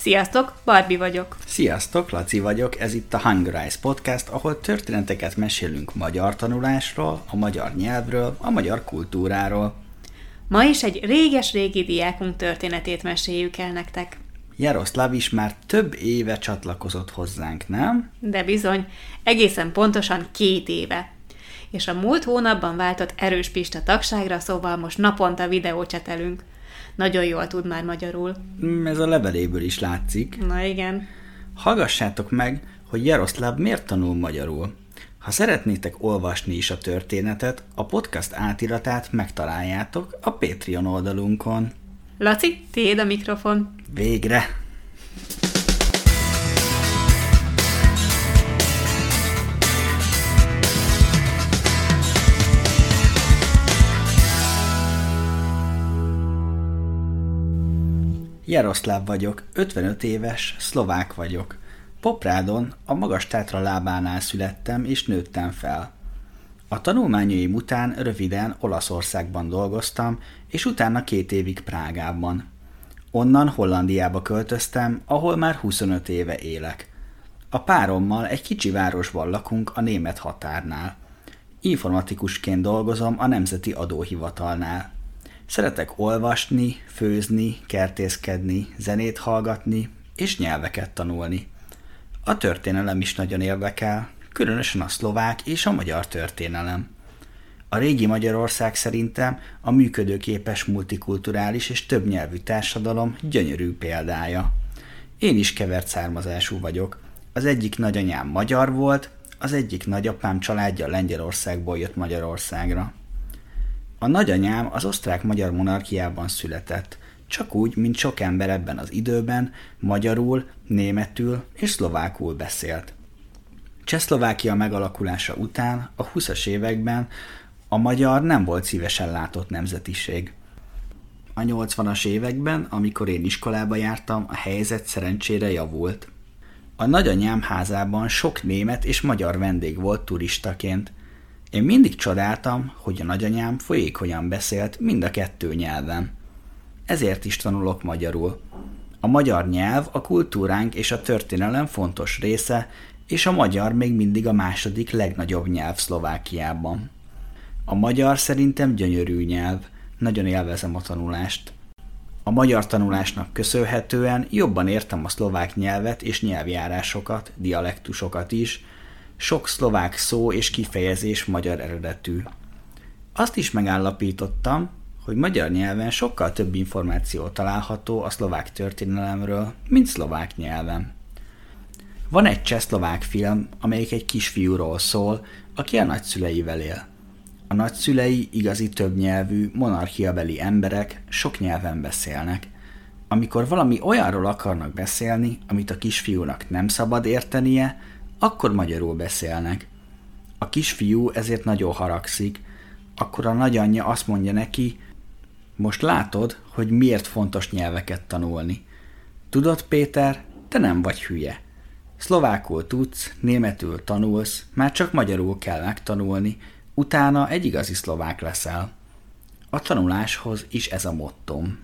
Sziasztok, Barbie vagyok. Sziasztok, Laci vagyok, ez itt a Hungarize Podcast, ahol történeteket mesélünk magyar tanulásról, a magyar nyelvről, a magyar kultúráról. Ma is egy réges-régi diákunk történetét meséljük el nektek. Jaroszláv is már több éve csatlakozott hozzánk, nem? De bizony, egészen pontosan 2 éve. És a múlt hónapban váltott Erős Pista tagságra, szóval most naponta videócsetelünk. Nagyon jól tud már magyarul. Ez a leveléből is látszik. Na igen. Hallgassátok meg, hogy Jaroszláv miért tanul magyarul. Ha szeretnétek olvasni is a történetet, a podcast átiratát megtaláljátok a Patreon oldalunkon. Laci, tiéd a mikrofon. Végre! Jaroszláv vagyok, 55 éves, szlovák vagyok. Poprádon, a Magas-Tátra lábánál születtem és nőttem fel. A tanulmányaim után röviden Olaszországban dolgoztam, és utána 2 évig Prágában. Onnan Hollandiába költöztem, ahol már 25 éve élek. A párommal egy kicsi városban lakunk a német határnál. Informatikusként dolgozom a Nemzeti Adóhivatalnál. Szeretek olvasni, főzni, kertészkedni, zenét hallgatni és nyelveket tanulni. A történelem is nagyon érdekel, különösen a szlovák és a magyar történelem. A régi Magyarország szerintem a működőképes multikulturális és többnyelvű társadalom gyönyörű példája. Én is kevert származású vagyok. Az egyik nagyanyám magyar volt, az egyik nagyapám családja Lengyelországból jött Magyarországra. A nagyanyám az osztrák-magyar monarchiában született, csak úgy, mint sok ember ebben az időben magyarul, németül és szlovákul beszélt. Csehszlovákia megalakulása után a 20-as években a magyar nem volt szívesen látott nemzetiség. A 80-as években, amikor én iskolába jártam, a helyzet szerencsére javult. A nagyanyám házában sok német és magyar vendég volt turistaként. Én mindig csodáltam, hogy a nagyanyám folyékonyan beszélt mind a 2 nyelven. Ezért is tanulok magyarul. A magyar nyelv a kultúránk és a történelem fontos része, és a magyar még mindig a második legnagyobb nyelv Szlovákiában. A magyar szerintem gyönyörű nyelv, nagyon élvezem a tanulást. A magyar tanulásnak köszönhetően jobban értem a szlovák nyelvet és nyelvjárásokat, dialektusokat is, sok szlovák szó és kifejezés magyar eredetű. Azt is megállapítottam, hogy magyar nyelven sokkal több információ található a szlovák történelemről, mint szlovák nyelven. Van egy csehszlovák film, amelyik egy kisfiúról szól, aki a nagyszüleivel él. A nagyszülei igazi többnyelvű, monarchiabeli emberek, sok nyelven beszélnek. Amikor valami olyanról akarnak beszélni, amit a kisfiúnak nem szabad értenie, akkor magyarul beszélnek. A kisfiú ezért nagyon haragszik, akkor a nagyanyja azt mondja neki, most látod, hogy miért fontos nyelveket tanulni. Tudod, Péter, te nem vagy hülye. Szlovákul tudsz, németül tanulsz, már csak magyarul kell megtanulni, utána egy igazi szlovák leszel. A tanuláshoz is ez a mottom.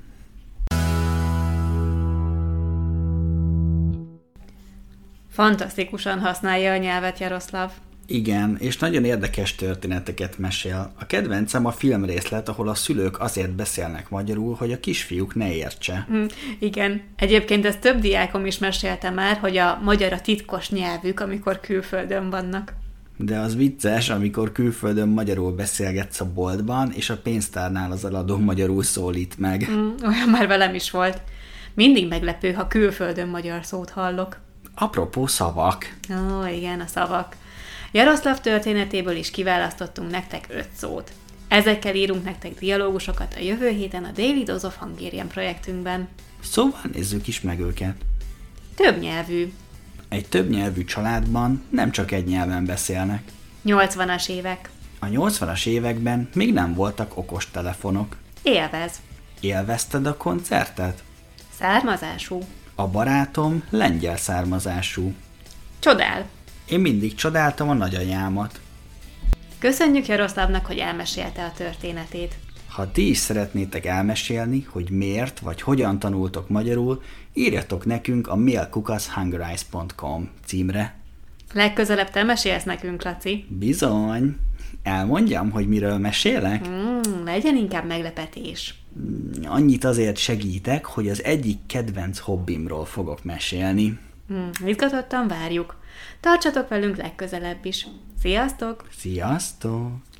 Fantasztikusan használja a nyelvet Jaroszláv. Igen, és nagyon érdekes történeteket mesél. A kedvencem a filmrészlet, ahol a szülők azért beszélnek magyarul, hogy a kisfiúk ne értse. Igen. Egyébként ezt több diákom is mesélte már, hogy a magyar a titkos nyelvük, amikor külföldön vannak. De az vicces, amikor külföldön magyarul beszélgetsz a boltban, és a pénztárnál az eladó magyarul szólít meg. Olyan már velem is volt. Mindig meglepő, ha külföldön magyar szót hallok. Apropó szavak. Ó, igen, a szavak. Jaroszláv történetéből is kiválasztottunk nektek 5 szót. Ezekkel írunk nektek dialógusokat a jövő héten a Daily Dose of Hungarian projektünkben. Szóval nézzük is meg őket. Többnyelvű. Egy többnyelvű családban nem csak egy nyelven beszélnek. 80-as évek. A 80-as években még nem voltak okostelefonok. Élvez. Élvezted a koncertet? Származású. A barátom lengyel származású. Csodál. Én mindig csodáltam a nagyanyámat. Köszönjük Jaroszlávnak, hogy elmesélte a történetét. Ha ti is szeretnétek elmesélni, hogy miért vagy hogyan tanultok magyarul, írjatok nekünk a mail@hungarize.com címre. Legközelebb te mesélsz nekünk, Laci. Bizony. Elmondjam, hogy miről mesélek? Legyen inkább meglepetés. Annyit azért segítek, hogy az egyik kedvenc hobbimról fogok mesélni. Izgatottan várjuk. Tartsatok velünk legközelebb is. Sziasztok! Sziasztok!